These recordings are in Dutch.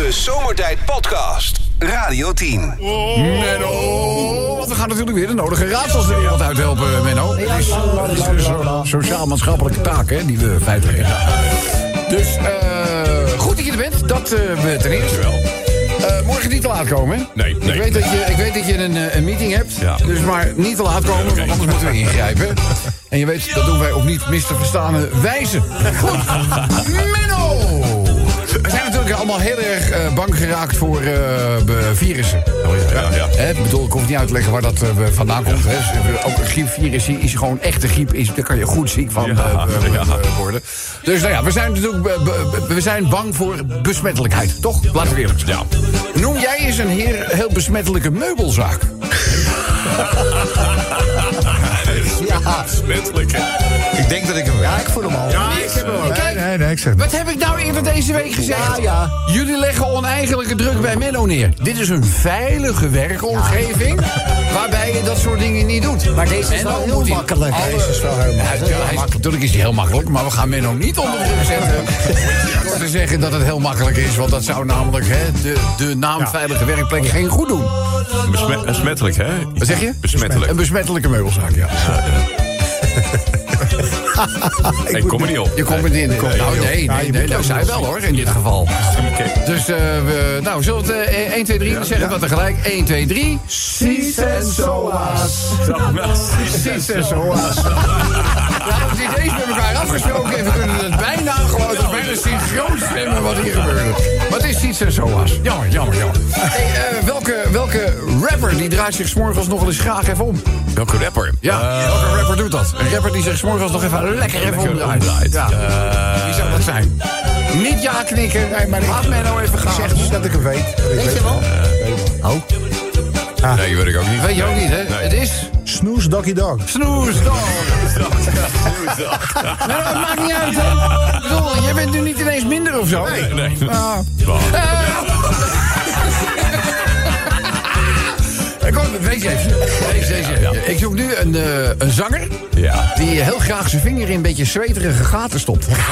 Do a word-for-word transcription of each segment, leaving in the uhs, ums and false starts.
De Zomertijd Podcast. Radio tien. Oh. Menno. Want we gaan natuurlijk weer de nodige raadsels de wereld uithelpen, Menno. Het is, het is een so- sociaal-maatschappelijke taak, hè, die we feitelijk hebben. Dus uh, goed dat je er bent. Dat uh, we ten eerste wel. Uh, morgen niet te laat komen, hè? Nee, nee. Ik weet, nee. dat, je, ik weet dat je een, een meeting hebt. Ja. Dus maar niet te laat komen, want anders moeten we ingrijpen. En je weet, dat doen wij op niet mis te verstane wijze. Goed. Menno! We zijn natuurlijk allemaal heel erg uh, bang geraakt voor uh, virussen. Oh, ja, ja, ja. Hè, ik bedoel, ik hoef niet uit te leggen waar dat uh, vandaan komt. Hè. Ook een griepvirus is gewoon echte griep. Is, daar kan je goed ziek van uh, Ja, uh, ja. worden. Dus nou ja, we zijn natuurlijk uh, we zijn bang voor besmettelijkheid. Toch? Laten we eerlijk zijn. Ja. Noem jij eens een heer, heel besmettelijke meubelzaak? Ja, Besmettelijk, hè? ik denk dat ik hem weet. Ja, ik voel hem al. Ja, ik heb hem al. Nee, nee, nee, ik zeg Wat heb ik nou eerder deze week gezegd? Ja, ja. Jullie leggen oneigenlijke druk bij Menno neer. Dit is een veilige werkomgeving waarbij je dat soort dingen niet doet. Maar deze is Menno wel heel moet in makkelijk. alle- Deze is wel heel Ja, makkelijk. ja, hij is- natuurlijk is hij heel makkelijk, maar we gaan Menno niet onder druk zetten door te zeggen dat het heel makkelijk is. Want dat zou namelijk hè, de, de naam veilige werkplek geen goed doen. Besmet, besmettelijk, hè? Wat zeg je? Besmettelijk. Een besmettelijke meubelzaak, ja. Ik kom er niet op. Je komt er niet in. Nou, nee, nee, nee, dat zei wel hoor, in dit geval. Oké. Dus uh, we, nou, zullen we het uh, één, twee, drie, dan zeggen we tegelijk. één, twee, drie. Cis en Soas. Cis en Soas. Ja, het is ineens met elkaar afgesproken en we kunnen het bijna gewoon, het is bijna synchroon zwemmen wat hier gebeurde. Maar het is Cis en Soas. Jammer, jammer, jammer. Hey, uh, welke, welke rapper die draait zich 's morgens nog wel eens graag even om? Welke rapper? Ja, welke rapper doet dat? Een rapper die zich 's morgens nog even lekker even omdraait. Ja. Wie zou dat zijn? Niet ja knikken. Nee, maar laat mij nou even gaan. Zeg dus dat ik hem weet. Weet je wel? Oh. Nee, weet ik ook niet. Weet je ook niet, hè? Nee. Het is Snoes Doggy Dog. Snoesdog. Nou, dat maakt niet uit, hè? Ik bedoel, je bent nu niet ineens minder of zo. Nee, nee. Ah. Wow. Eh, Kom, weet je even. Deze, deze. Ik zoek nu een, uh, een zanger Ja. die heel graag zijn vinger in een beetje zweterige gaten stopt. Ja,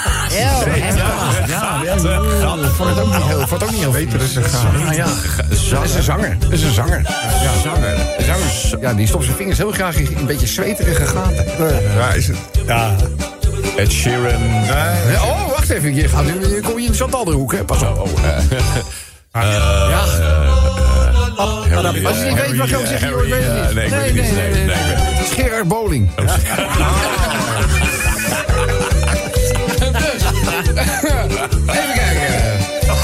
ja, ja. Ik vond het ook niet heel, vond het ook niet heel zweterige gaten. Nou ja, dat is een zanger. Dat is een zanger. Ja, zanger. Een zanger. Ja, die stopt zijn vingers heel graag in een beetje zweterige gaten. Ja, is het? Ja. Ed Sheeran. Ja, oh, wacht even. Je, gaat nu, je kom je in de Chantalderhoek, hè? Pas op. Oh, uh, Ja. Harry, Als je niet weet, mag je ook zeggen, joh, ik weet het niet. Nee, ik weet het niet. Nee, nee, nee. Het is Gerard Boling. Dus, even kijken.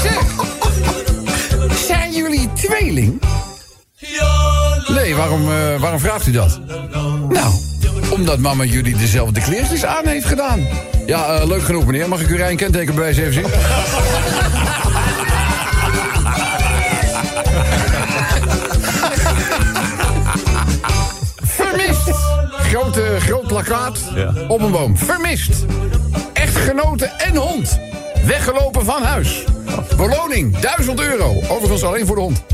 Zeg, zijn jullie tweeling? Nee, waarom, uh, waarom vraagt u dat? Nou, omdat mama jullie dezelfde kleertjes aan heeft gedaan. Ja, uh, leuk genoeg, meneer. Mag ik uw rij- kentekenbewijs even zien? Vermist. Grote, groot plakkaat Ja. op een boom. Vermist. Echtgenote en hond. Weggelopen van huis. Beloning duizend euro. Overigens alleen voor de hond.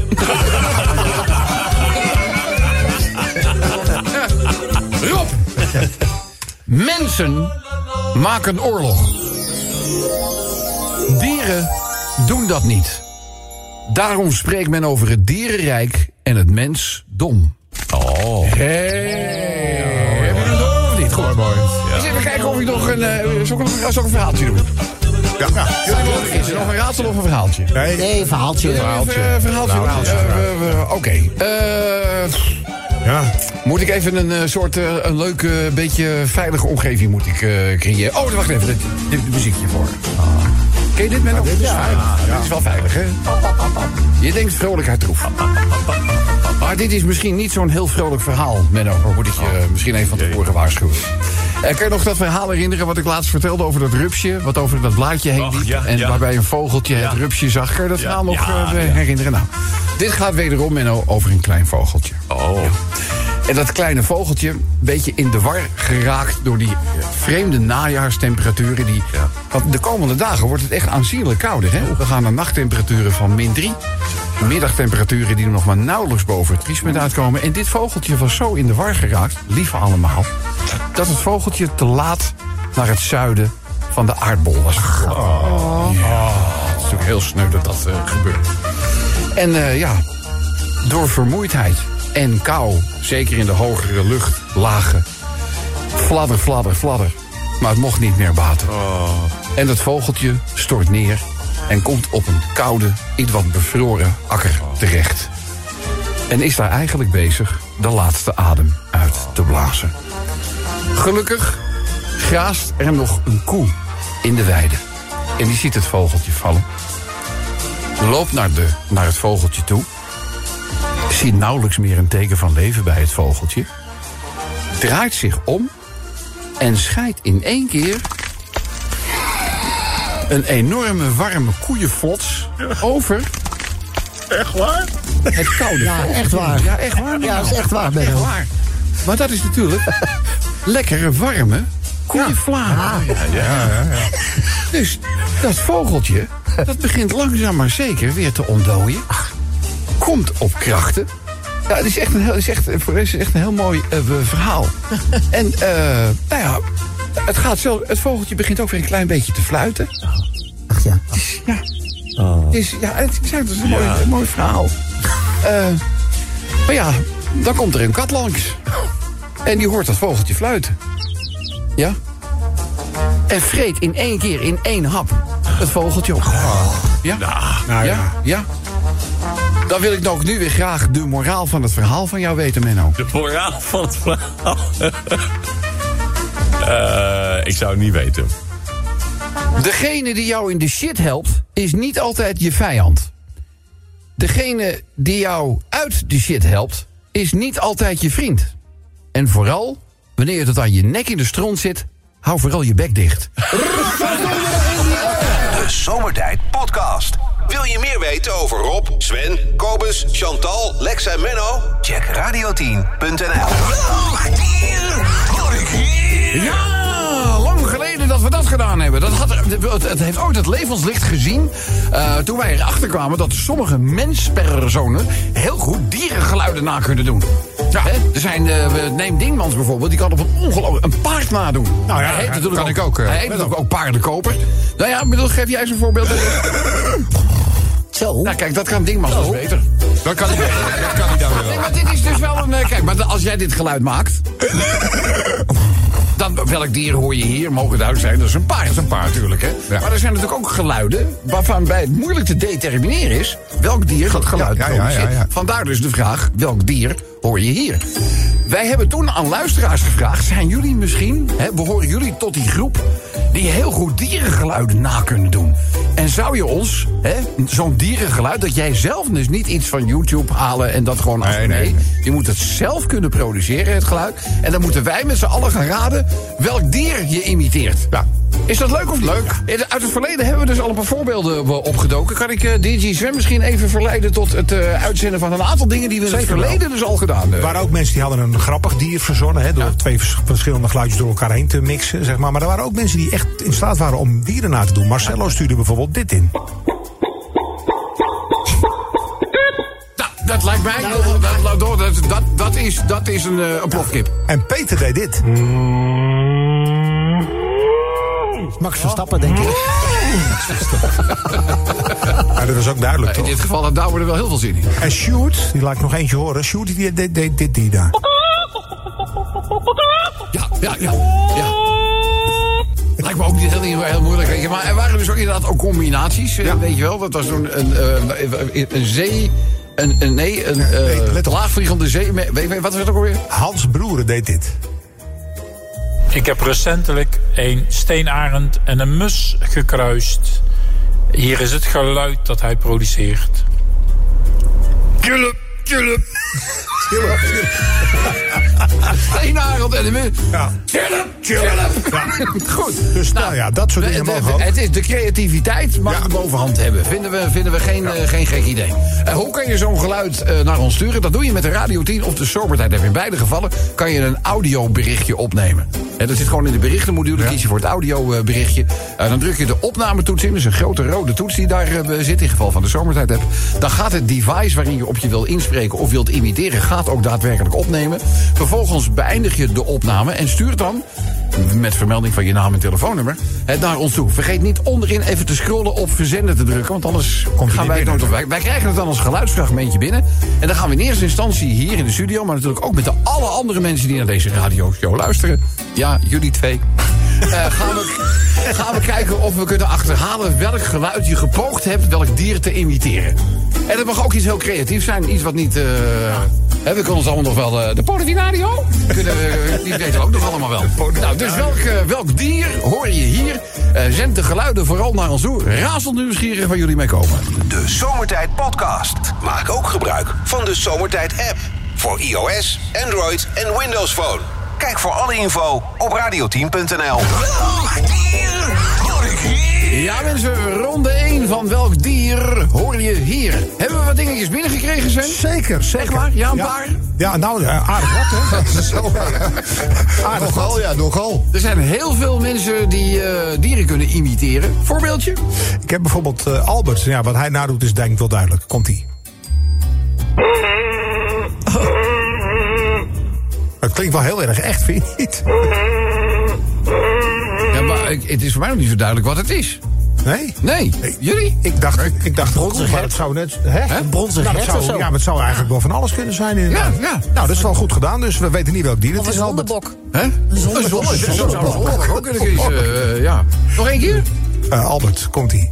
Ja. Rob. Mensen maken oorlog. Dieren doen dat niet. Daarom spreekt men over het dierenrijk en het mens dom. Oh. Hey. Heb je het door of niet? Goed. Mooi. Eens even kijken of ik nog een, uh, zal ik nog, zal ik een verhaaltje doen. Ja. Jullie willen beginnen. Nog een raadsel of een verhaaltje? Nee. Nee, verhaaltje. Verhaaltje. Even, uh, verhaaltje. Nou, Uh, we- we- Oké. Uh, Ja. moet ik even een uh, soort, uh, een leuke, beetje veilige omgeving moet ik uh, creëren. Oh, wacht even. Dit, dit muziekje voor. Ken je dit, Menno? Dit is veilig. Dit is wel veilig, hè? Je denkt vrolijkheid troef. Maar dit is misschien niet zo'n heel vrolijk verhaal, Menno. Dan moet ik je uh, misschien even van tevoren waarschuwen. Uh, kan je nog dat verhaal herinneren wat ik laatst vertelde over dat rupsje? Wat over dat blaadje heen Och, liep? ja, en ja. waarbij een vogeltje het Ja. rupsje zag. Kan je dat Ja, verhaal nog ja, uh, ja. herinneren? Nou, dit gaat wederom, Menno, over een klein vogeltje. Oh. En dat kleine vogeltje, een beetje in de war geraakt door die vreemde najaarstemperaturen. Die, Ja. Want de komende dagen wordt het echt aanzienlijk kouder. Hè? We gaan naar nachttemperaturen van min drie. Middagtemperaturen die er nog maar nauwelijks boven het vriespunt uitkomen. En dit vogeltje was zo in de war geraakt, lieve allemaal, dat het vogeltje te laat naar het zuiden van de aardbol was gekomen. Ja, dat is natuurlijk natuurlijk heel sneu dat dat uh, gebeurt. En uh, ja, door vermoeidheid en kou, zeker in de hogere luchtlagen, fladder, fladder, fladder. Maar het mocht niet meer baten. Oh. En het vogeltje stort neer en komt op een koude, iets wat bevroren akker terecht. En is daar eigenlijk bezig de laatste adem uit te blazen. Gelukkig graast er nog een koe in de weide. En die ziet het vogeltje vallen. Loopt naar, de, naar het vogeltje toe. Ziet nauwelijks meer een teken van leven bij het vogeltje. Draait zich om. En scheidt in één keer een enorme warme koeienflots over. Echt waar? Het koude Ja, vogeltje. echt waar. Ja, echt waar. Ja, dat is echt waar, Benno. Echt waar. Maar dat is natuurlijk lekkere, warme koeienvla. Ja, ja, ja. Dus dat vogeltje, dat begint langzaam maar zeker weer te ontdooien. Komt op krachten. Ja, het is echt een heel, het is echt, voor deze is echt een heel mooi uh, verhaal. En uh, nou ja, het gaat zo. Het vogeltje begint ook weer een klein beetje te fluiten. Ach ja. Ja. Oh. Het is, ja, het is, het is een, mooi, een mooi verhaal. Uh, maar ja, dan komt er een kat langs. En die hoort dat vogeltje fluiten. Ja. En vreet in één keer, in één hap, het vogeltje op. Oh. Ja? Nou, ja? ja. Ja? Dan wil ik nog nu weer graag de moraal van het verhaal van jou weten, Menno. De moraal van het verhaal? uh, ik zou het niet weten. Degene die jou in de shit helpt, is niet altijd je vijand. Degene die jou uit de shit helpt, is niet altijd je vriend. En vooral, wanneer je tot aan je nek in de stront zit, hou vooral je bek dicht. De Zomertijd Podcast. Wil je meer weten over Rob, Sven, Kobus, Chantal, Lex en Menno? Check radio tien punt n l. Ja, lang geleden dat we dat gedaan hebben. Dat had, het, het heeft ooit het levenslicht gezien uh, toen wij erachter kwamen dat sommige menspersonen heel goed dierengeluiden na kunnen doen. Ja, hè? Er zijn, uh, neem Dingmans bijvoorbeeld, die kan op een ongelofelijk een paard nadoen. Nou ja, hij heet ja, natuurlijk kan ook, ik ook, uh, hij heet natuurlijk ook paardenkoper. Nou ja, bedoel, geef jij eens een voorbeeld. Zo. Nou kijk, dat kan Dingmans dus beter. Dat kan niet beter. Dat kan niet dan Nee, maar dit is dus wel een... Uh, kijk, maar als jij dit geluid maakt... Dan, welk dier hoor je hier? Mogen duidelijk zijn, dat is een paard. Dat is een paard natuurlijk, hè. Ja. Maar er zijn natuurlijk ook geluiden waarvan bij het moeilijk te determineren is welk dier dat geluid ja, ja, produceert. ja, ja. Vandaar dus de vraag, welk dier hoor je hier? Wij hebben toen aan luisteraars gevraagd, zijn jullie misschien, hè, behoren jullie tot die groep die heel goed dierengeluiden na kunnen doen? En zou je ons, hè, zo'n dierengeluid, dat jij zelf dus niet iets van YouTube halen en dat gewoon Nee, af nee, nee, nee. Je moet het zelf kunnen produceren, het geluid. En dan moeten wij met z'n allen gaan raden welk dier je imiteert. Ja. Is dat leuk of niet? Leuk. Uit het verleden hebben we dus al een paar voorbeelden opgedoken. Kan ik uh, D J Sven misschien even verleiden tot het uh, uitzenden van een aantal dingen die we in het verleden dus al gedaan hebben? Er waren ook mensen die hadden een grappig dier verzonnen, hè, door Ja. twee vers- verschillende geluidjes door elkaar heen te mixen, zeg maar. Maar er waren ook mensen die echt in staat waren om dieren na te doen. Marcelo stuurde bijvoorbeeld dit in. Nou, dat lijkt mij... dat, dat, dat, dat, dat, is, dat is een, uh, een plofkip. En Peter deed dit. Max Verstappen, denk ik. Ja, dat was ook duidelijk, In toch? dit geval had Douwe er wel heel veel zin in. En Sjoerd, die laat ik nog eentje horen. Sjoerd, die deed dit, dit, die daar. Ja, ja, ja. ja. Lijkt me ook niet heel, heel moeilijk. Weet je. Maar er waren dus ook inderdaad ook combinaties. Ja. Weet je wel, dat was zo'n een, een, een zee... Een, een, nee, een nee, uh, let op. laagvliegende zee... Weet je, wat was het ook alweer? Hans Broeren deed dit. Ik heb recentelijk een steenarend en een mus gekruist. Hier is het geluid dat hij produceert. Julep, julep. Steenarend en de mus. Ja. Julep, julep. Goed. Dus nou ja, dat soort dingen Het, mogen ook. het is de creativiteit mag Ja. de bovenhand hebben. Vinden we, vinden we geen, ja. uh, geen gek idee. Uh, hoe kan je zo'n geluid uh, naar ons sturen? Dat doe je met de Radio tien of de Sobertijd app. In beide gevallen kan je een audioberichtje opnemen. Uh, dat zit gewoon in de berichtenmodule. Ja. Kies je voor het audioberichtje. Uh, dan druk je de opnametoets in. Dat is een grote rode toets die daar uh, zit. In geval van de Sobertijd app. Dan gaat het device waarin je op je wil inspreken of wilt imiteren, gaat ook daadwerkelijk opnemen. Vervolgens beëindig je de opname en stuurt dan met vermelding van je naam en telefoonnummer, hè, naar ons toe. Vergeet niet onderin even te scrollen op verzenden te drukken, want anders Komt gaan wij het nooit op. Wij, wij krijgen het dan als geluidsfragmentje binnen. En dan gaan we in eerste instantie hier in de studio, maar natuurlijk ook met de alle andere mensen die naar deze radioshow luisteren. Ja, jullie twee. Uh, gaan, we, gaan we kijken of we kunnen achterhalen welk geluid je gepoogd hebt welk dier te imiteren. En dat mag ook iets heel creatiefs zijn. Iets wat niet... Uh, hè, we kunnen ons allemaal nog wel... Uh, de Polifinario? Kunnen we... Die weten we ook nog allemaal wel. Nou, dus welk, uh, welk dier hoor je hier? Uh, zend de geluiden vooral naar ons toe. Razend nieuwsgierig waar jullie mee komen. De Zomertijd Podcast. Maak ook gebruik van de Zomertijd app. Voor iOS, Android en Windows Phone. Kijk voor alle info op radio tien punt n l. Ja mensen, ronde één van welk dier hoor je hier? Hebben we wat dingetjes binnengekregen, Sven? Zeker, zeker. Zeg maar, ja, een ja. paar? Ja, nou, aardig wat, hè? Zo, aardig Nogal, ja, nogal. Er zijn heel veel mensen die uh, dieren kunnen imiteren. Voorbeeldje? Ik heb bijvoorbeeld uh, Albert. Ja, wat hij nadoet is denk ik wel duidelijk. Komt-ie. Het klinkt wel heel erg echt, vind je niet? Ja, maar ik, het is voor mij nog niet zo duidelijk wat het is. Nee? Nee. Nee. Jullie? Ik dacht, ik dacht Bronzen maar hert. het zou net... Hè? Een bronzen Nou, dat hert of zou, zo? ja, maar het zou eigenlijk wel van alles kunnen zijn inderdaad. Ja, ja. Nou, dat is wel goed gedaan, dus we weten niet welk dier het Of een is, Albert. zondebok. Hè? Een zonnebok. Zo zou het zonneblok ook kunnen kiezen. Uh, ja. Nog één keer? Uh, Albert, komt-ie.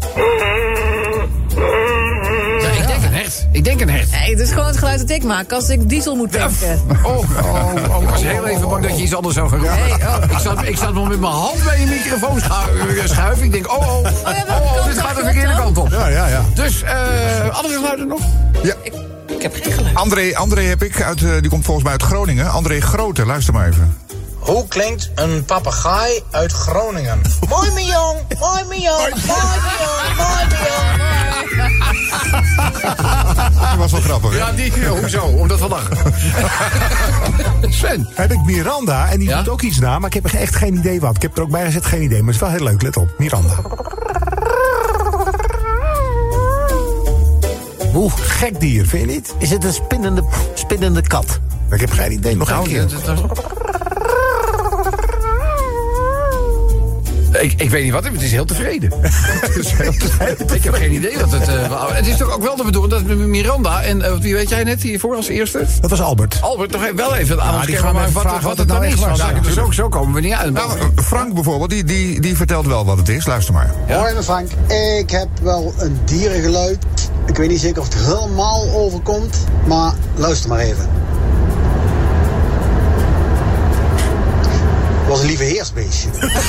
Ja, ik denk een hert. Ik denk een hert. Nee, het is gewoon het geluid dat ik maak als ik diesel moet tanken. Oh, oh, oh, ik was heel even bang dat je iets anders zou gaan roepen. Nee, oh. Ik zat, ik zat nog met mijn hand bij je microfoon schu- schuiven. Ik denk, oh, oh, ja, oh, welke oh, kant dit dan? gaat de verkeerde kant op. Ja, ja, ja. Dus, eh, andere geluiden nog? Ik heb geen geluid. André, André heb ik, uit, uh, die komt volgens mij uit Groningen. André Grote, luister maar even. Hoe klinkt een papegaai uit Groningen? Mooi me jong, mooi me jong, mooi me jong, mooi me jong. Dat was wel grappig, hè? Ja, die, hoezo? Omdat we lachen. Sven. Heb ik Miranda, en die Ja? doet ook iets na, maar ik heb echt geen idee wat. Ik heb er ook bij gezet, geen idee, maar het is wel heel leuk, let op. Miranda. Oeh, gek dier, vind je niet? Is het een spinnende, spinnende kat? Ik heb geen idee, nog een Nou, keer. dat- dat- dat- Ik, ik weet niet wat, het is heel tevreden. Het is heel tevreden. Ik heb geen idee wat het... Uh, het is toch ook wel de bedoeling dat Miranda en... Uh, wie weet jij net hiervoor als eerste? Dat was Albert. Albert, nog even, wel even aan ons die kijken, gaan we maar even wat, vragen wat wat het het dan nou is. echt was. Want Ja, dus ook, zo komen we niet uit. Nou, Frank bijvoorbeeld, die, die, die vertelt wel wat het is. Luister maar. Ja? Hoi, mijn Frank. Ik heb wel een dierengeluid. Ik weet niet zeker of het helemaal overkomt, maar luister maar even. Het was een lieve heersbeestje.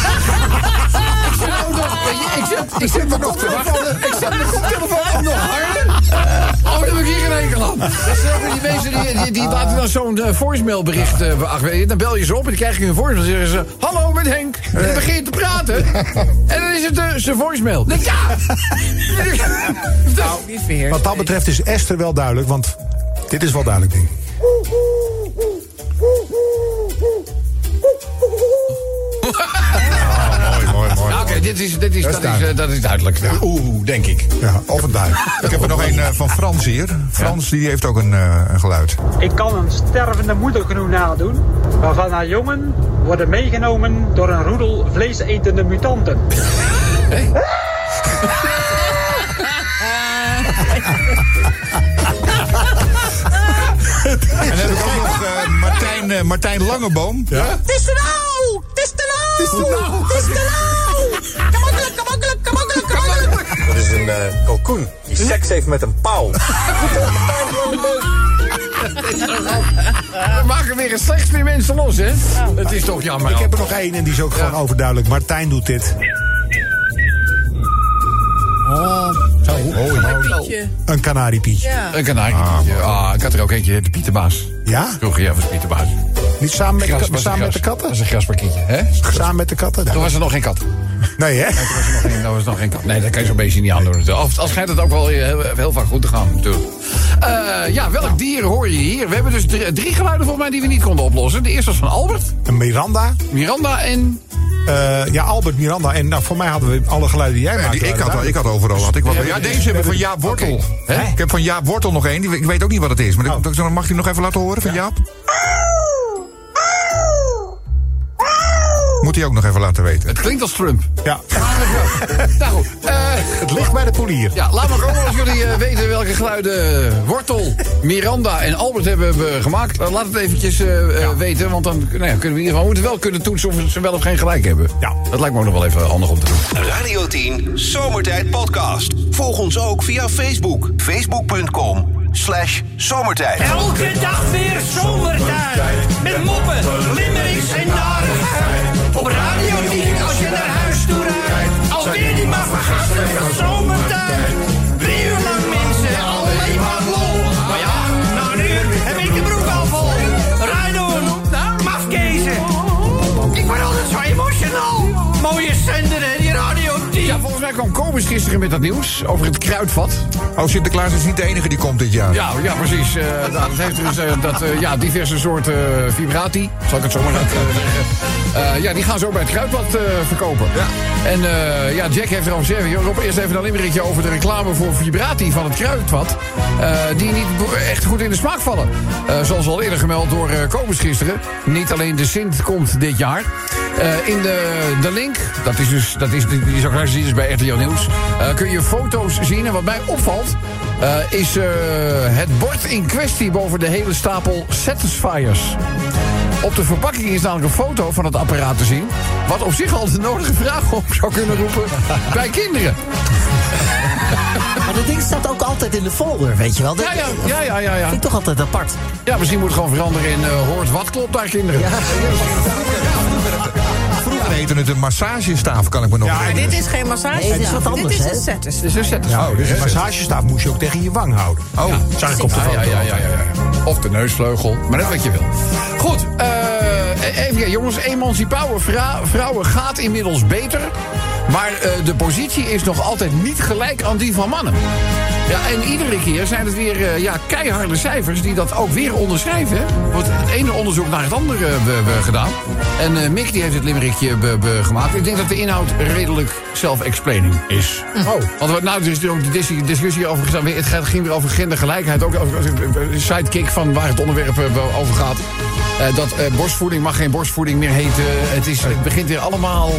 Ik zit, ik zit er nog te wachten. Ik zet mijn koptelefoon op nog harder. Oh, dan heb ik hier geen enkel aan. Dat zijn ook die mensen die, die, die laten dan zo'n uh, voicemailbericht uh, achter. Dan bel je ze op en dan krijg je een voicemail. Dan zeggen ze, hallo met Henk. En dan begin je te praten. En dan is het uh, zijn voicemail. Dan, ja! Nou, Niet verheerst. Wat dat betreft is Esther wel duidelijk, want dit is wel duidelijk, denk ik. Mooi, mooi, mooi. Oké, dit is, dit is, Dat dat is is, uh, dat is duidelijk. Oeh, denk ik. Ja, of een duik. Ik heb er nog een uh, van Frans hier. Frans, die heeft ook een, uh, een geluid. Ik kan een stervende moedergenoe nadoen, waarvan haar jongen worden meegenomen door een roedel vleesetende mutanten. En dan heb ik ook nog uh, Martijn, uh, Martijn Langeboom. Ja? Het is te nauw, het is te nauw, het is te nauw. Gemakkelijk, gemakkelijk, gemakkelijk, gemakkelijk. Dat is een uh, kalkoen die seks heeft met een pauw. We maken weer een slechts meer mensen los, hè? Het is toch jammer. Ik heb er nog één en die is ook gewoon overduidelijk. Martijn doet dit. Zo. Pietje. Een kanariepietje. Ja. Een kanarie. Ah, ik had er ook eentje, de Pieterbaas. Ja? Vroeger, ja, was Pieterbaas. Niet samen met, de, Gras- ka- was een samen met de gras- katten? Dat is een grasparkietje, hè? Samen met de katten? Toen was er nog geen kat. Nee, hè? Toen was er nog geen, toen was er nog geen kat. Nee, dat kan je zo'n beestje niet aandoen. Als, als schijnt het ook wel heel, heel vaak goed te gaan, natuurlijk. Uh, ja, welk dier hoor je hier? We hebben dus drie, drie geluiden volgens mij die we niet konden oplossen. De eerste was van Albert. Een Miranda. Miranda en... Uh, ja, Albert, Miranda. En nou, voor mij hadden we alle geluiden die jij Ja, maakte. die, ik, had, waren ik had overal. Had ik wat, Ja, ja, ja, deze hebben van Jaap Wortel. Oké. Hè? Ik heb van Jaap Wortel nog één. Die- Ik weet ook niet wat het is. Maar Oh. dan- dan mag je hem nog even laten horen van Jaap? Moet moet hij ook nog even laten weten. Het klinkt als Trump. Ja. Nou goed. Uh, het ligt bij de polier. Ja, laat maar komen als jullie uh, weten welke geluiden Wortel, Miranda en Albert hebben uh, gemaakt. Uh, laat het eventjes uh, ja. weten, want dan nou ja, kunnen we in ieder geval... We moeten wel kunnen toetsen of ze wel of geen gelijk hebben. Ja. Dat lijkt me ook nog wel even handig om te doen. Radio tien Zomertijd Podcast. Volg ons ook via Facebook. Facebook punt com slash zomertijd. Elke dag weer zomertijd. Met moppen, limmerings en narigheid. Op Radio tien als je naar huis toe rijdt. Alweer die maar vergasten van zomertijd. Drie uur lang mensen, alleen maar lol. Maar ja, na een uur heb ik de broek al vol. Rijdoen, mafkezen. Ik word altijd zo emotional. Mooie zender, hè, die Radio tien. Ja, volgens mij kwam Kobus gisteren met dat nieuws over het kruidvat. Oh, Sinterklaas is niet de enige die komt dit jaar. Ja, ja precies. Uh, nou, dat heeft dus uh, dat, uh, ja, diverse soorten uh, vibrati, zal ik het zo maar laten uh, zeggen. Uh, ja, die gaan zo bij het kruidvat uh, verkopen. Ja. En uh, ja, Jack heeft erover gezegd. Rob, eerst even een limmerikje over de reclame voor vibrati van het kruidvat. Uh, die niet echt goed in de smaak vallen. Uh, zoals al eerder gemeld door uh, Kobus gisteren. Niet alleen de Sint komt dit jaar. Uh, in de, de link, dat is dus, dat is, die is ook graag zien, dus bij R T L Nieuws, uh, kun je foto's zien. En wat mij opvalt, uh, is uh, het bord in kwestie boven de hele stapel Satisfiers. Op de verpakking is namelijk een foto van het apparaat te zien, wat op zich al de nodige vraag op zou kunnen roepen bij kinderen. Maar dat ding staat ook altijd in de folder, weet je wel. Dat, ja, ja, ja, ja, ja, ja. vind ik toch altijd apart. Ja, misschien moet het gewoon veranderen in uh, hoort wat klopt daar, kinderen. Ja. Vroeger heette het een massagestaaf, kan ik me nog ja, herinneren. Dit is geen massagestaaf. Nee, dit is wat anders, dit is hè? een setters. Dit is een setters. Ja, dus een massagestaaf moest je ook tegen je wang houden. Oh, ja, zag ik op de foto. Ja, ja, ja, ja, ja. Of de neusvleugel, maar net wat je wil. Goed, uh, even, jongens, emancipouwen vrouwen gaat inmiddels beter. Maar uh, de positie is nog altijd niet gelijk aan die van mannen. Ja, en iedere keer zijn het weer uh, ja, keiharde cijfers die dat ook weer onderschrijven. Er wordt het ene onderzoek naar het andere uh, be, be, gedaan. En uh, Mick die heeft het limmerikje be, be, gemaakt. Ik denk dat de inhoud redelijk self-explaining is. Oh. Want nou, er is ook de discussie over gestaan. Het ging weer over gendergelijkheid. Ook over een sidekick van waar het onderwerp uh, over gaat. Uh, dat uh, borstvoeding mag geen borstvoeding meer heten. Het, is, het begint weer allemaal...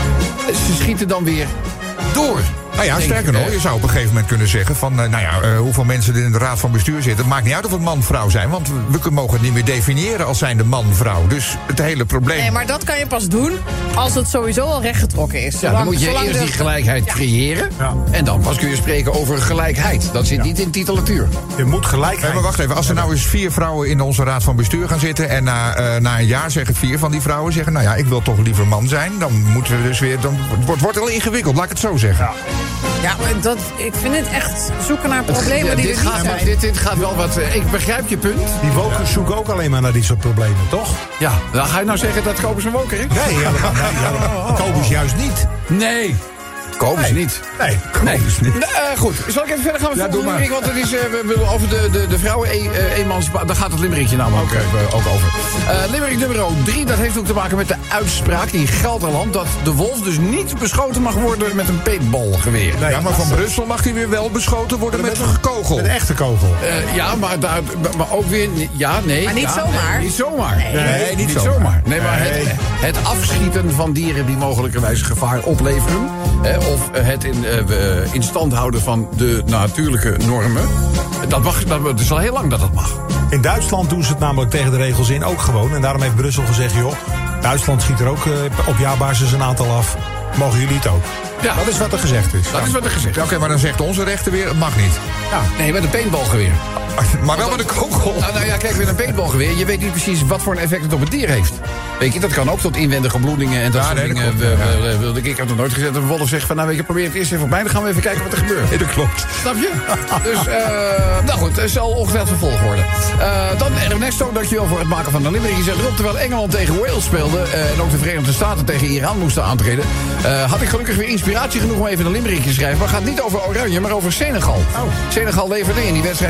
Ze schieten dan weer door. Nou ja, sterker nog, je zou op een gegeven moment kunnen zeggen van, nou ja, uh, hoeveel mensen er in de raad van bestuur zitten. Het maakt niet uit of het man-vrouw zijn, want we, we mogen het niet meer definiëren als zijnde man-vrouw. Dus het hele probleem... Nee, maar dat kan je pas doen als het sowieso al rechtgetrokken is. Ja, zolang, dan moet je eerst de... die gelijkheid ja. creëren. Ja. En dan pas kun je spreken over gelijkheid. Dat zit ja. niet in titulatuur. Je moet gelijkheid... Nee, maar wacht even, als er nou eens vier vrouwen in onze raad van bestuur gaan zitten en na, uh, na een jaar zeggen vier van die vrouwen zeggen, nou ja, ik wil toch liever man zijn, dan moeten we dus weer... Dan wordt het wel ingewikkeld, laat ik het zo zeggen. Ja. Ja, maar dat, ik vind het echt zoeken naar problemen ja, die dit er niet gaat, zijn. Dit, dit gaat wel wat... Uh, ik begrijp je punt. Die wokers zoeken ook alleen maar naar dit soort problemen, toch? Ja, dan ga je nou zeggen dat Kobus een woker is? Nee, helemaal nee, Kobus juist niet. Nee. Kobus nee. niet. Nee, Kobus niet. Uh, goed, zal ik even verder gaan met ja, de volgende limerick? Want het is uh, over de, de, de vrouwen-emancipatie. Daar gaat het limerickje namelijk okay. ook, ook over. Uh, limerick nummer drie, dat heeft ook te maken met de uitspraak in Gelderland dat de wolf dus niet beschoten mag worden met een paintballgeweer. Nee, ja, maar van Brussel mag hij weer wel beschoten worden met, met een kogel. Met een echte kogel. Uh, ja, maar, daar, maar ook weer... Ja, nee. Maar niet ja, zomaar. Nee, niet zomaar. Nee, nee, nee niet, niet zomaar. zomaar. Nee, maar nee. Het, het afschieten van dieren die mogelijkerwijs gevaar opleveren. Hè, of het in, uh, in stand houden van de natuurlijke normen. Dat mag, dat is al heel lang dat dat mag. In Duitsland doen ze het namelijk tegen de regels in ook gewoon. En daarom heeft Brussel gezegd, joh, Duitsland schiet er ook uh, op jaarbasis een aantal af. Mogen jullie het ook? Ja. Dat is wat er gezegd is. Dat ja. is wat er gezegd is. Ja, Oké, okay, maar dan zegt onze rechter weer, het mag niet. Ja. Nee, met een paintballgeweer. Maar wel met een kogel. Nou, nou ja, kijk, met een paintballgeweer. Je weet niet precies wat voor een effect het op het dier heeft. Weet je, dat kan ook tot inwendige bloedingen en dat ja, soort nee, dingen. Dat klopt, we, we, we, we, ik heb nog nooit gezegd dat een wolf zegt van, nou weet je, probeer het eerst even op mij, dan gaan we even kijken wat er gebeurt. Nee, dat klopt. Snap je? Dus, uh, nou goed, het zal ongetwijfeld vervolgd worden. Uh, dan Ernesto, dankjewel voor het maken van de limerick. Je zegt erop, terwijl Engeland tegen Wales speelde uh, en ook de Verenigde Staten tegen Iran moesten aantreden, uh, had ik gelukkig weer inspiratie genoeg om even een limerick te schrijven. Maar het gaat niet over Oranje, maar over Senegal. Oh. Senegal leverde in die wedstrijd een zware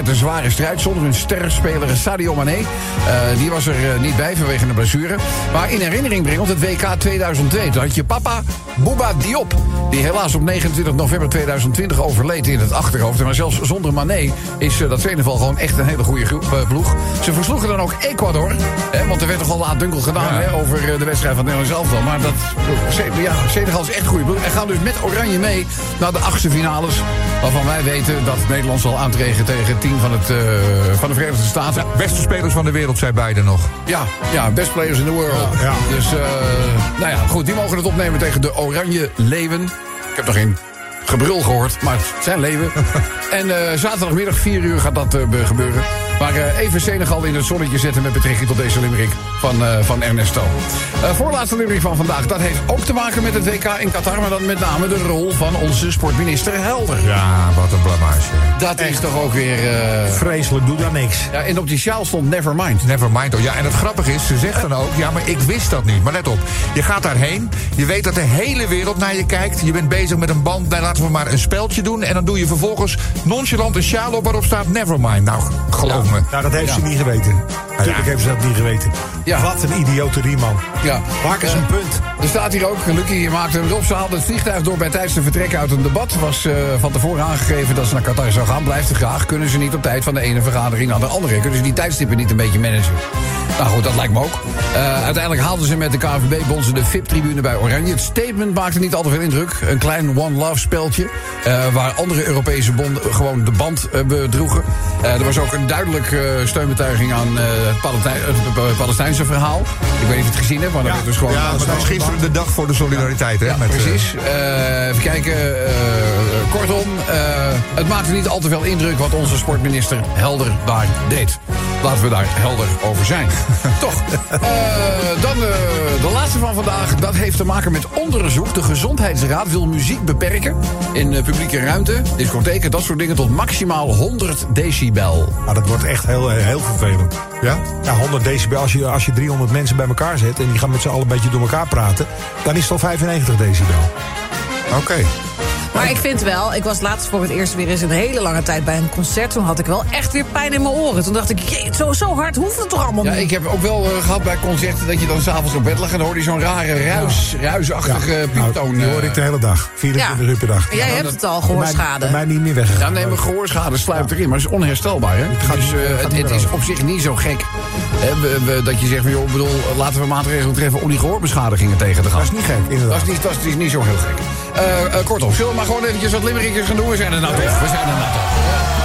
zware strijd zonder hun sterspeler Sadio Mané. Uh, die was er uh, niet bij vanwege een blessure. Maar in herinnering brengt het W K tweeduizend twee. Toen had je papa Bouba Diop, die helaas op negenentwintig november tweeduizend twintig overleed in het achterhoofd. Maar zelfs zonder Mané is uh, dat Senegal gewoon echt een hele goede uh, ploeg. Ze versloegen dan ook Ecuador. Hè, want er werd toch al laat dunkel gedaan ja. hè, over uh, de wedstrijd van Nederland zelf dan. Maar dat, ja, Senegal is echt een goede ploeg. En gaan dus met Oranje mee naar de achtste finales. Waarvan wij weten dat Nederland zal aantreden tegen het team van, het, uh, van de Verenigde Staten. Ja, beste spelers van de wereld, zei beiden nog. Ja, ja, best players in the world. Ja, ja. Dus, uh, nou ja, goed, die mogen het opnemen tegen de Oranje Leeuwen. Ik heb nog geen gebrul gehoord, maar het zijn leeuwen. En uh, zaterdagmiddag vier uur gaat dat uh, gebeuren. Maar uh, even Senegal in het zonnetje zetten met betrekking tot deze limerick van, uh, van Ernesto. Uh, voorlaatste limerick van vandaag, dat heeft ook te maken met het W K in Qatar, maar dan met name de rol van onze sportminister Helder. Ja, wat een blamage. Dat echt. Is toch ook weer... Uh... Vreselijk, doe daar niks. Ja, en op die sjaal stond Nevermind. Nevermind, oh ja, en het grappige is, ze zegt dan ook, ja, maar ik wist dat niet. Maar let op, je gaat daarheen, je weet dat de hele wereld naar je kijkt, je bent bezig met een band, nou, laten we maar een speldje doen, en dan doe je vervolgens nonchalant een sjaal op waarop staat Nevermind. Nou, geloof ja. me. Nou, dat heeft ja. ze niet geweten. Natuurlijk ja. heeft ze dat niet geweten. Ja. Wat een idioterie, man. Ja. Maak eens uh, een punt. Er staat hier ook, Lucky, je maakte hem op. Ze haalde het vliegtuig door bij tijdens de vertrek uit een debat. Was uh, van tevoren aangegeven dat ze naar Qatar zou gaan. Blijft er graag. Kunnen ze niet op tijd van de ene vergadering naar de andere? Kunnen ze die tijdstippen niet een beetje managen? Nou goed, dat lijkt me ook. Uh, uiteindelijk haalden ze met de K N V B-bonzen de V I P-tribune bij Oranje. Het statement maakte niet al te veel indruk. Een klein One Love speltje. Uh, waar andere Europese bonden gewoon de band uh, bedroegen. Uh, er was ook een duidelijke uh, steunbetuiging aan uh, het, Palestijn, het Palestijnse verhaal. Ik weet niet of je het gezien hebt, maar dat ja. werd dus gewoon... Ja, maar dat was gisteren de dag voor de solidariteit, hè? Ja, met, precies. Uh, even kijken. Uh, kortom, uh, het maakte niet al te veel indruk wat onze sportminister Helder daar deed. Laten we daar helder over zijn. Toch. Uh, dan uh, de laatste van vandaag. Dat heeft te maken met onderzoek. De Gezondheidsraad wil muziek beperken in uh, publieke ruimte, discotheken, dat soort dingen, tot maximaal honderd decibel. Nou, dat wordt echt heel, heel vervelend. Ja? Ja, honderd decibel. Als je, als je driehonderd mensen bij elkaar zet en die gaan met z'n allen een beetje door elkaar praten, dan is het al vijfennegentig decibel. Oké. Okay. Maar ik vind wel, ik was laatst voor het eerst weer eens een hele lange tijd bij een concert. Toen had ik wel echt weer pijn in mijn oren. Toen dacht ik, jee, zo, zo hard hoeft het toch allemaal ja, niet? Ik heb ook wel uh, gehad bij concerten dat je dan s'avonds op bed lag en dan hoorde je zo'n rare ruis, ja. ruisachtige ja. pieptoon. Nou, die hoor ik de hele dag. vierentwintig ja. uur per dag. En jij ja, hebt dat, het al, gehoorschade. Bij mij niet meer weggegaan. Ja, nee, maar gehoorschade sluipt ja. erin, maar het is onherstelbaar. Hè? Het, gaat, dus, uh, het, het is op zich niet zo gek hè, we, we, dat je zegt, van, joh, bedoel, laten we maatregelen treffen om die gehoorbeschadigingen tegen te gaan. Dat is niet gek, inderdaad. Dat is niet, dat is niet zo heel gek. Uh, uh, kortom, zullen we maar gewoon eventjes wat limerickjes gaan doen? We zijn er nou toch. We zijn er nou toch.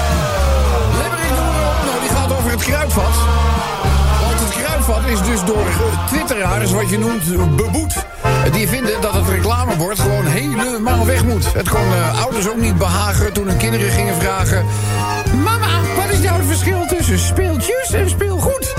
Limerick nummer op. Nou, die gaat over het kruidvat. Want het kruidvat is dus door twitteraars, wat je noemt, beboet. Die vinden dat het reclamebord gewoon helemaal weg moet. Het kon uh, ouders ook niet behagen toen hun kinderen gingen vragen: mama, wat is nou het verschil tussen speeltjes en speelgoed?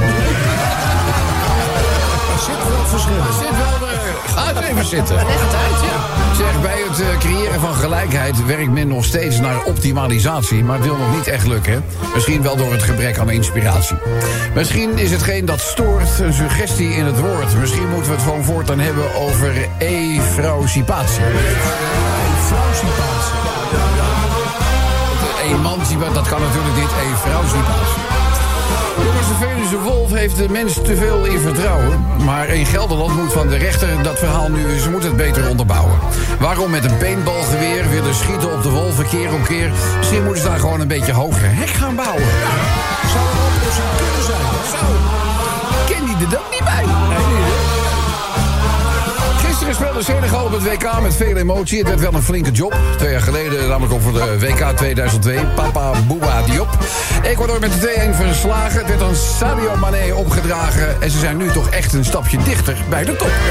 Er zit wel het verschil. Er zit wel de... Ga eens even zitten. Leg het uit, ja. Zeg, bij het uh, creëren van gelijkheid werkt men nog steeds naar optimalisatie. Maar het wil nog niet echt lukken. Misschien wel door het gebrek aan inspiratie. Misschien is hetgeen dat stoort een suggestie in het woord. Misschien moeten we het gewoon voortaan hebben over efrausipatie. Efrausipatie. Emancipatie, dat kan natuurlijk niet. Efrausipatie. Jongens, de Veluwe Wolf heeft de mens te veel in vertrouwen. Maar in Gelderland moet van de rechter dat verhaal nu... ze moeten het beter onderbouwen. Waarom met een paintballgeweer willen schieten op de wolven keer op keer? Misschien moeten ze daar gewoon een beetje hoger hek gaan bouwen. Ja, zou er ook eens kunnen zijn. Zou. Ken die er ook niet bij? Nee, niet. Gisteren speelde Senegal op het W K met veel emotie. Het werd wel een flinke job. Twee jaar geleden, namelijk op de W K tweeduizend twee. Papa Bouba Diop. Ecuador met de twee-een verslagen. Het werd aan Sadio Mané opgedragen. En ze zijn nu toch echt een stapje dichter bij de top. Ja.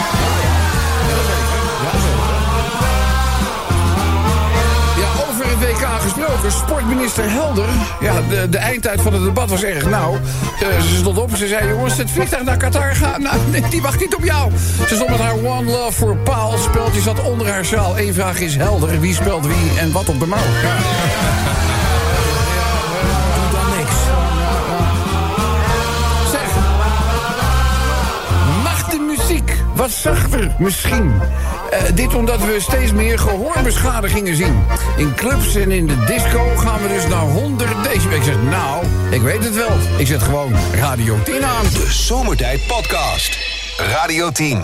W K gesproken, sportminister Helder. Ja, de, de eindtijd van het debat was erg nauw. Uh, ze stond op en ze zei: jongens, het vliegtuig naar Qatar gaat. Nou, nee, die wacht niet op jou. Ze stond met haar One Love for Paal. Speeltje zat onder haar sjaal. Eén vraag is helder: wie speelt wie en wat op de mouw? Ja. Doe dan niks. Zeg, mag de muziek wat zachter misschien? Uh, dit omdat we steeds meer gehoorbeschadigingen zien. In clubs en in de disco gaan we dus naar honderd decibel. Ik zeg, nou, ik weet het wel. Ik zet gewoon Radio tien aan. De Zomertijd Podcast. Radio tien.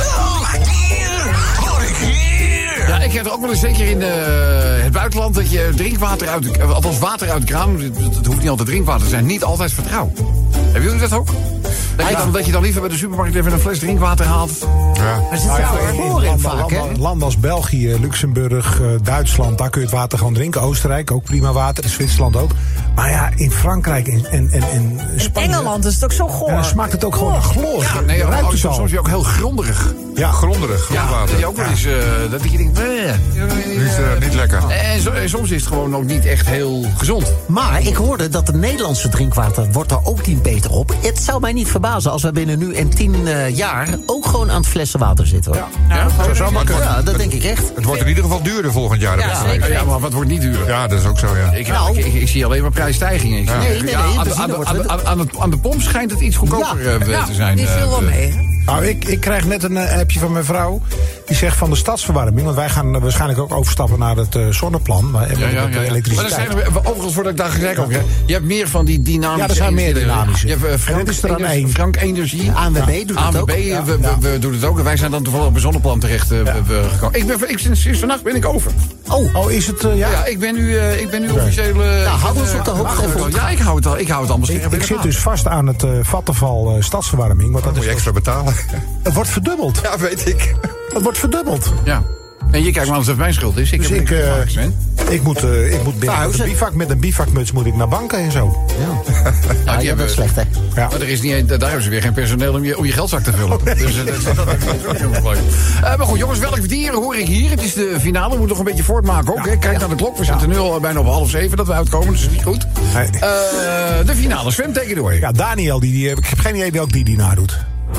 Ja, ik heb er ook wel eens zeker in uh, het buitenland dat je drinkwater uit de, althans water uit de kraan, het hoeft niet altijd drinkwater te zijn, niet altijd vertrouwen. Hebben jullie dat ook? Dat je, dan, dat je dan liever bij de supermarkt even een fles drinkwater haalt? Ja. Maar zit jou ervoor in vaak, hè? Landen, landen als België, Luxemburg, uh, Duitsland, daar kun je het water gewoon drinken. Oostenrijk, ook prima water. Zwitserland ook. Maar ja, in Frankrijk en, en, en, en Spanje... In Engeland is het ook zo goor. Ja, dan smaakt het ook gewoon naar chloor. Ja, nee, je ruikt het soms, al. soms je ook heel gronderig. Ja, gronderig, Ja, grondwater. dat je ook wel eens uh, dat je denkt, nee, Niet, uh, niet lekker. En, zo, en soms is het gewoon ook niet echt heel gezond. Maar ik hoorde dat de Nederlandse drinkwater wordt er ook niet beter op. Het zou mij niet verbazen als we binnen nu en tien uh, jaar ook gewoon aan het flessenwater zitten. Hoor. Ja, ja, zo zou maar kunnen. Ja, dat denk ik echt. Het wordt in ieder geval duurder volgend jaar. Ja, heb ik zeker. Ja, maar wat wordt niet duurder? Ja, dat is ook zo, ja. Ik, Nou. ik, ik, ik zie alleen maar prijsstijgingen. Ik zie- Nee, nee, nee, aan, de- benzine aan, de- wordt aan, de- het- aan, aan, het- aan de pomp schijnt het iets goedkoper Ja. uh, Ja, te zijn. die viel uh, wel mee, hè? Nou, ik, ik krijg net een uh, appje van mijn vrouw. Die zegt van de stadsverwarming. Want wij gaan uh, waarschijnlijk ook overstappen naar het uh, zonneplan. Maar, Ja, ja, ja, met de ja. Maar er elektriciteit. zijn er, overigens word ik daar gelijk ook. Hè. Je hebt meer van die dynamische... Ja, er zijn meer dynamische. Je hebt uh, Frank, En dit is er dan Energie, één. Frank Energie. A N W B doet A het N W B, ook. we, Ja, we, ja. we doen het ook. En wij zijn dan toevallig op een zonneplan terecht uh, we- we gekomen. Ik ben, ik, sinds, sinds vannacht ben ik over. Oh, oh, is het... Uh, ja? Ja, ik ben nu, uh, ik ben nu officieel... Uh, Nou, hou ik ben, ons op de uh, hoogte wacht, even. Ja, ik hou het, al, ik hou het allemaal Ik, scherp. ik zit dus vast aan het uh, Vattenval uh, stadsverwarming. Want Dan dat moet je is, extra betalen. het wordt verdubbeld. Ja, weet ik. Het wordt verdubbeld. Ja. En je kijkt maar als het mijn schuld is. Ik Dus heb ik, niks uh, gemaakt, Sven. ik moet, uh, ik moet binnen met een, bivak, met een bivakmuts moet ik naar banken en zo. Ja, Nou, ja, die ja dat hebben- is slecht, hè? Ja. Maar er is niet, daar hebben ze weer geen personeel om je, om je geldzak te vullen. Dus uh, dat, dat, dat is ook heel mooi. Uh, maar goed, jongens, welk dier hoor ik hier? Het is de finale, we moeten nog een beetje voortmaken ook. Hè? Kijk naar de klok, we zitten nu al bijna op half zeven dat we uitkomen, dus dat is niet goed. Nee. Uh, de finale, Sven, take it away. Ja, Daniel, die, die, ik heb geen idee welk die die nadoet.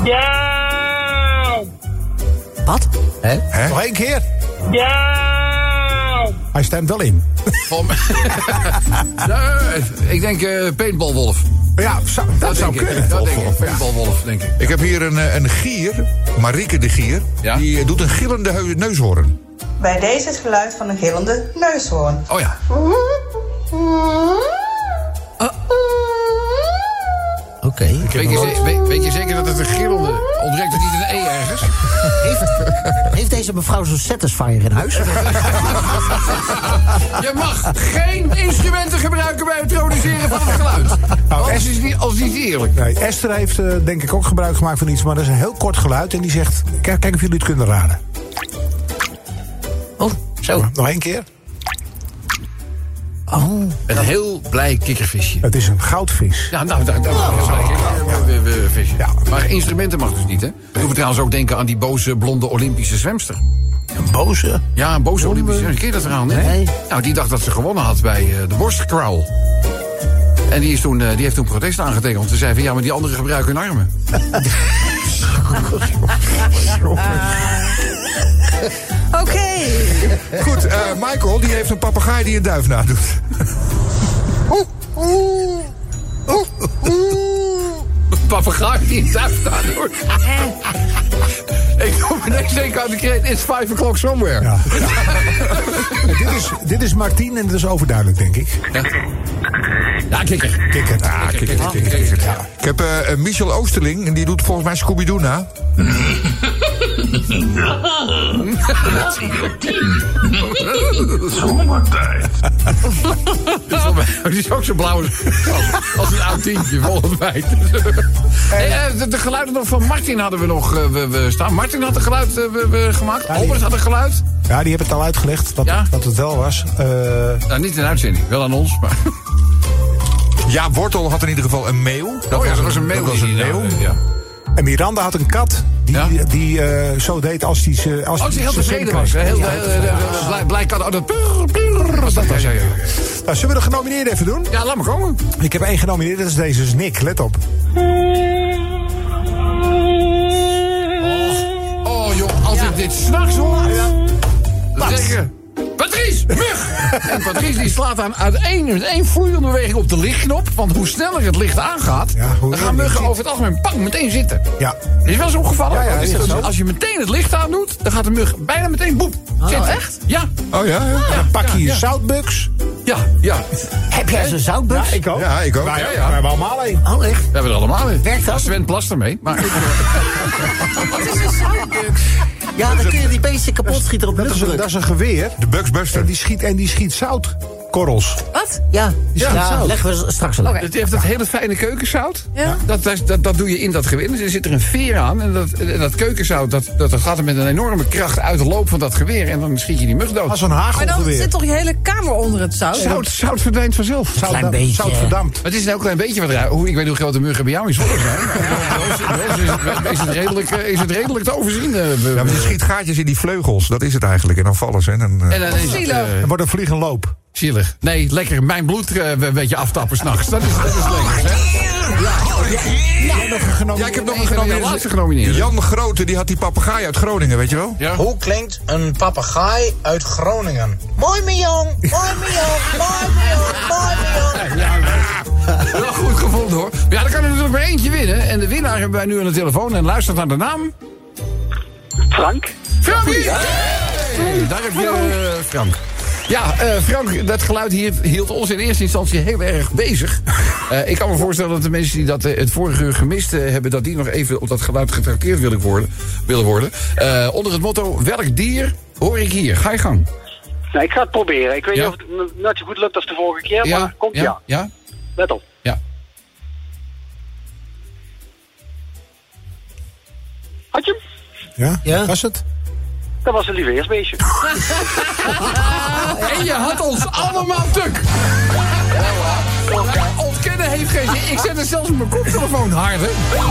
Ja! Wat? Hè? Hè? Nog één keer. Ja! Hij stemt wel in. Om- nee, ik denk uh, paintballwolf. Ja, zou, dat, Dat zou denk ik. kunnen. Dat denk ik. Paintballwolf, denk ik. Ik heb hier een, eh, een gier, Marieke de gier. Ja? Die eh, doet een gillende heu- neushoorn. Bij deze het geluid van een gillende neushoorn. Oh ja. Oké. Weet je, ze- weet, weet je zeker dat het een gillende... Ontbreekt er niet een E ergens? Heeft, heeft deze mevrouw zo'n Satisfyer in huis? Je mag geen instrumenten gebruiken bij het produceren van het geluid. Anders is het niet, als het niet eerlijk. Nee, Esther heeft uh, denk ik ook gebruik gemaakt van iets, maar dat is een heel kort geluid. En die zegt, kijk, kijk of jullie het kunnen raden. Oh, zo. Nog één keer. Oh. Een heel blij kikkervisje. Het is een goudvis. Ja, nou, daar, daar we visje. Maar instrumenten mag dus niet, hè? We hoeven trouwens ook denken aan die boze blonde Olympische zwemster. Een boze? Ja, een boze Olympische zwemster. Ken je dat verhaal, hè? Nee. Nou, die dacht dat ze gewonnen had bij uh, de borstkraul. En die, is toen, uh, die heeft toen protest aangetekend. Want ze zei van, ja, maar die anderen gebruiken hun armen. Oké. Okay. Goed, uh, Michael die heeft een papegaai die een duif nadoet. Oeh, oeh, oeh, oeh. Een papegaai die een duif nadoet. Ik kom ineens denken aan de kreet, it's five o'clock somewhere. Ja. Ja, dit, is, dit is Martien en dat is overduidelijk, denk ik. Ja, ja kikker. Kikker. Ja, kikker, kikker, kikker, kikker, ja. Ik heb uh, Michel Oosterling en die doet volgens mij Scooby-Doo na. Zomertijd. Die is ook zo blauw als, als een oud tientje, volgens mij. Hey, uh, de, de geluiden nog van Martin hadden we nog uh, we, we staan. Martin had een geluid uh, we, we gemaakt. Ja, Albert had een geluid. Ja, die hebben het al uitgelegd, wat, Ja? wat het wel was. Uh, Nou, niet in uitzending, wel aan ons, maar... Ja, Wortel had in ieder geval een meeuw. Dat Oh ja, was dat was een mail. Dat was een meeuw. Ja. en Miranda had een kat die, Ja? die uh, zo deed als die ze... Als Als die hij heel zijn tevreden zin was. kreeg. hè? Heel, Ja, heel, heel, heel blij, blij kat. Oh, dat purr, purr, was dat was. Ja, ja, ja. Nou, zullen we de genomineerden even doen? Ja, laat maar komen. Ik heb één genomineerd, dat is deze, dat is Nick. Let op. Oh joh, als ik dit s'nachts hoor... Dan zeg ik... Patrice, mug! En Patrice die slaat aan uit één, met één vloeiende beweging op de lichtknop. Want hoe sneller het licht aangaat... Ja, hoe dan gaan meer muggen die- over het algemeen pang, meteen zitten. Ja. Is wel eens opgevallen? Ja, ja, Dus is dat zo? als je meteen het licht aan doet... dan gaat de mug bijna meteen boep zitten. echt? Ja. Oh ja, ja. Dan pak je ja, je ja. zoutbuks. Ja, ja. Heb jij zo'n zoutbus? Ja, ik ook. Ja, ik ook. Wij, Ja, ja, ja. wij hebben allemaal één. Oh, echt? We hebben er allemaal in. Werkt dat? Sven plast ermee. Maar ik, Ja, dan kun je die beesten kapot schieten op Dat is, een, luchtdruk. dat is een geweer. De Bugsbuster. En die schiet, en die schiet zoutkorrels. Wat? Ja, Ja, ja, zout. leggen we straks wel. Oké. het heeft dat hele fijne keukenzout. Ja. Dat, dat, dat, dat doe je in dat geweer. Er zit er een veer aan. En dat, en dat keukenzout, dat, dat, dat gaat er met een enorme kracht uit de loop van dat geweer. En dan schiet je die mug dood. Als een Maar dan hagelgeweer. zit toch je hele kamer onder het zout? Zout, zout verdwijnt vanzelf. Zout, Klein beetje. zout verdampt. Maar het is een heel klein beetje wat eruit. Hoe, ik weet niet hoe groot de muggen bij jou in Zwolle zijn. Maar bij ons- bij ons is het- is het redelijk, eh, is het redelijk te overzien. eh, we- Ja, maar je schiet gaatjes in die vleugels. Dat is het eigenlijk. En dan vallen ze. En dan, eh, En dan is het, Zielig. eh, Er wordt een vliegenloop. zielig. Nee, lekker mijn bloed eh, een beetje aftappen s'nachts. Dat is, dat is lekker, hè? Ja, ik heb nog een genomineerde. laatste genomineerde. Jan Grote, die had die papegaai uit Groningen, weet je wel? Ja. Hoe klinkt een papegaai uit Groningen? Mooi me jong, mooi me jong, mooi me jong, mooi me jong. Wel goed gevonden, hoor. Maar ja, dan kan er natuurlijk maar eentje winnen. En de winnaar hebben wij nu aan de telefoon. En luistert naar de naam. Frank? Frankie! Hey, daar heb je eh, Frank. Ja, eh, Frank, dat geluid hier hield ons in eerste instantie heel erg bezig. Eh, ik kan me voorstellen dat de mensen die dat eh, het vorige uur gemist eh, hebben... dat die nog even op dat geluid getrakteerd willen worden. Willen worden. Eh, onder het motto, welk dier hoor ik hier? Ga je gang. Nou, ik ga het proberen. Ik weet Ja. niet of het n- net zo goed lukt als de vorige keer, maar komt ja. ja, ja, Let op. ja. Had je hem? Ja? Ja? Was het? Dat was een lieveheersbeestje. En je had ons allemaal tuk. Ontkennen heeft geen zin. Ik zet het zelfs op mijn koptelefoon harder.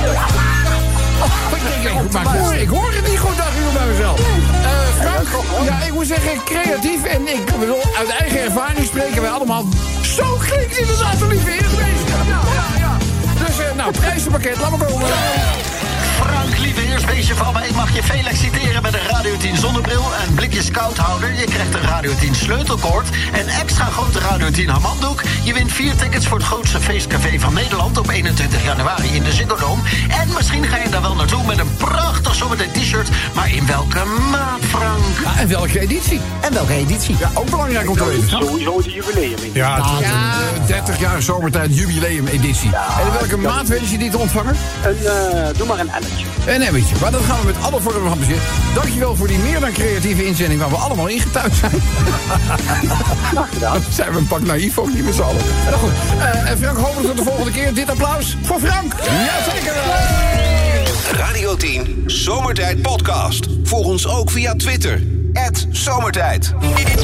Oh, ik, denk, ik, maar ik, hoor, ik hoor het niet goed, dacht ik bij mezelf. Eh, Frank, ja, ik moet zeggen, creatief. En ik bedoel, uit eigen ervaring spreken wij allemaal... Zo klinkt inderdaad een lieveheersbeestje. Ja, ja, ja. Dus, uh, nou, prijzenpakket, laat maar komen. Frank, lieve eerstbeestje van mij, ik mag je veel exciteren met een Radio tien zonnebril, een blikje scouthouder. Je krijgt een Radio tien sleutelkoord, een extra grote Radio tien hamanddoek. Je wint vier tickets voor het grootste feestcafé van Nederland op eenentwintig januari in de Ziggo Dome. En misschien ga je daar wel naartoe met een prachtig zomertijd t-shirt. Maar in welke maat, Frank? Ja, en welke editie? En welke editie? Ja, ook belangrijk om te weten. Sowieso de jubileum. Ja, Ja, de dertig jaar zomertijd jubileum editie. En in welke maat wens je die te ontvangen? Een, uh, doe maar een elletje. Een emmetje. Maar dat gaan we met alle vormen van plezier. Dankjewel voor die meer dan creatieve inzending waar we allemaal ingetuigd zijn. Graag gedaan. Dan zijn we een pak naïef ook niet met z'n allen. Nou goed. Uh, en Frank, hopelijk tot de volgende keer. Dit applaus voor Frank. Jazeker. Radio tien Zomertijd Podcast. Volg ons ook via Twitter. at Zomertijd.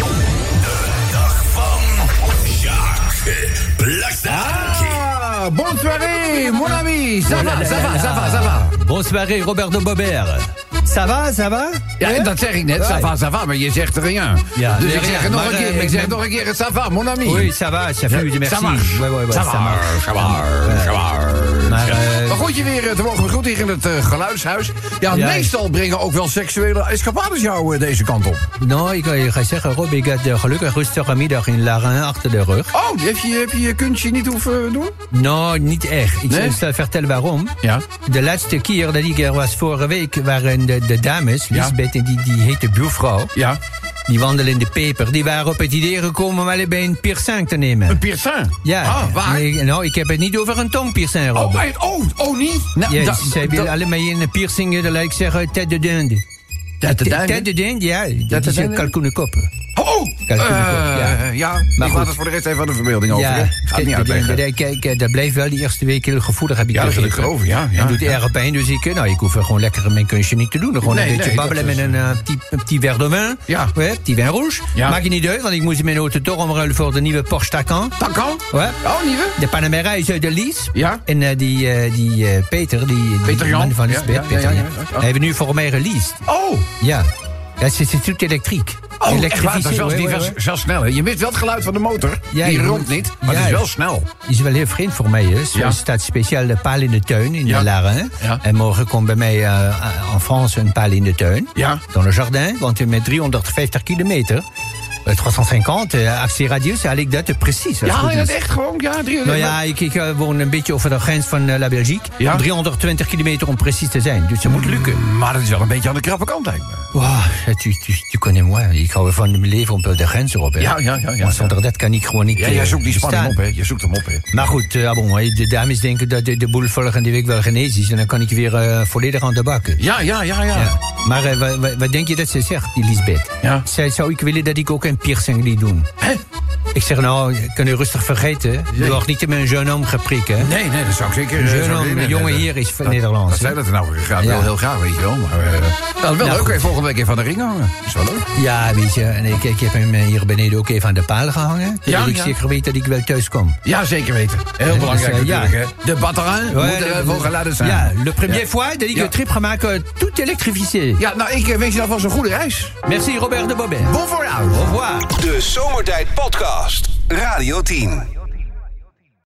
Dag van Jacques Plakstaki. Ah, bonsoiré, mon ami. Ça va, ça va, ça va, ça va. Bonsoiré, Roberto Bobert. Ça va, ça va? Ja, dat zeg ik net. Ça va, ça va, maar je zegt er ja. Ja, dus nee, ik zeg ja, het nog maar, een keer. eh, Ik zeg ik- nog een keer, ça va, mon ami. Oui, ça va, ça fait, merci. Ça marche. Ouais, ouais, ouais, Ça ça va, marche. ça va, ça va. Maar, eh, Maar goed je weer eh, te mogen begroeten hier in het eh, geluidshuis. Ja, Ja, meestal brengen ook wel seksuele escapades jou eh, deze kant op. nou, ik, ik ga zeggen, Rob, ik had uh, gelukkig rustige middag in Larin achter de rug. Oh, heb je heb je, je kunstje niet hoeven doen? Nou, niet echt. Ik Nee? zal vertellen waarom. Ja. De laatste keer dat ik er was vorige week waren de, de dames, Ja. Lisbeth en die, die heet de buurvrouw. Ja. Die wandelen in de peper. Die waren op het idee gekomen om allebei een piercing te nemen. Een piercing? Ja. Ah, waar? Nee, nou, ik heb het niet over een tongpiercing, Rob. Oh, eh, oh, oh, niet? Nou, Ja, da- zij da- willen allemaal een piercing, dat laat ik zeggen, tête de dinde. Tête de dinde? Tête de dinde, ja. Dat de is een dinde? kalkoenenkop. Oh, Kalkoenenkop, eh, ja. ja. Maar Ik laat goed. het voor de rest even aan de verbeelding over. hè? Gaat niet kijk, uitleggen. kijk, kijk, kijk, dat bleef wel die eerste week heel gevoelig, heb ik Ja, dat wil ik begrepen. geloven, ja, ja, En doet ja. erg pijn, dus ik, nou, ik hoef er gewoon lekker mijn kunstje niet te doen. Gewoon Nee, een beetje nee, babbelen dat met is- een uh, petit, een petit verre de vin. Ja. Ouais, petit vin rouge. Ja. Maakt je niet uit, want ik moest in mijn auto toch omruilen voor de nieuwe Porsche Taycan. Taycan? Ouais. Oh, nieuwe? De Panamera is uit de Lies. Ja. En uh, die, uh, die uh, Peter, die, Peter die Jan? man van Ja, Lisbeth, ja, ja, Peter ja, Jan, ja, ja. hij heeft nu voor mij released. Oh, Ja. Ja, c'est c'est tout électrique. oh echt waar? Dat is wel, ouais, die ouais, was ouais. zo snel. Hè? Je mist wel het geluid van de motor. Ja, die je romt moet- niet, maar ja, het is wel snel. Is wel heel vreemd voor mij. Hè. Zo Ja. staat speciaal de paal in de tuin in Ja. de Larin. Ja. En morgen komt bij mij uh, in France een paal in de tuin. Ja. Dans le jardin, want met driehonderdvijftig kilometer Uh, driehonderdvijftig, uh, actie radius, anekdote precies. Ja, haal je dat echt gewoon? Ja, drie, nou ja, ik, ik uh, woon een beetje over de grens van uh, La Belgique. Ja? driehonderdtwintig kilometer om precies te zijn. Dus dat moet lukken. Maar dat is wel een beetje aan de krappe kant, lijkt me. Wow, tu, tu, tu connais moi. Ik hou van mijn leven op de grens erop. Hè. Ja, ja, ja. ja Want zonder dat kan ik gewoon niet. Ja, jij zoekt die spanning staan. op, hè? Je zoekt hem op, hè? Maar goed, uh, bon, de dames denken dat de, de boel volgende week wel genezen is. En dan kan ik weer uh, volledig aan de bakken. Ja, ja, ja, ja. ja. Maar uh, wat, wat, wat denk je dat ze zegt, die Lisbeth? Ja. Zij zou ik willen dat ik ook een piercing liet doen. Hè? Ik zeg, nou, kan u rustig vergeten. Je wordt niet met een jeune homme geprikt, hè? Nee, nee, dat zou ik zeker... Een uh, jeune homme, de jongen hier is van Nederlands. Dat zei dat er nou graag, ja. wel heel graag, weet je wel. Maar uh, nou, wel nou, leuk, even volgende week even aan de ring hangen. Dat is wel leuk. Ja, weet je, en ik, ik heb hem hier beneden ook even aan de palen gehangen. Ja, dat ik ja. zeker weet dat ik wel thuis kom. Ja, zeker weten. Heel Ja, belangrijk dus, uh, natuurlijk, ja. hè. De batterij Ouais, moet er voor geladen zijn. Ja, le premier Ja. fois dat ik Ja. een trip ga maken, tout elektrifié. Ja, nou, ik uh, wens je alvast een goede reis. Merci Robert de Bobet. Bon voyage. Au revoir. De Zomertijd Podcast. Radio tien.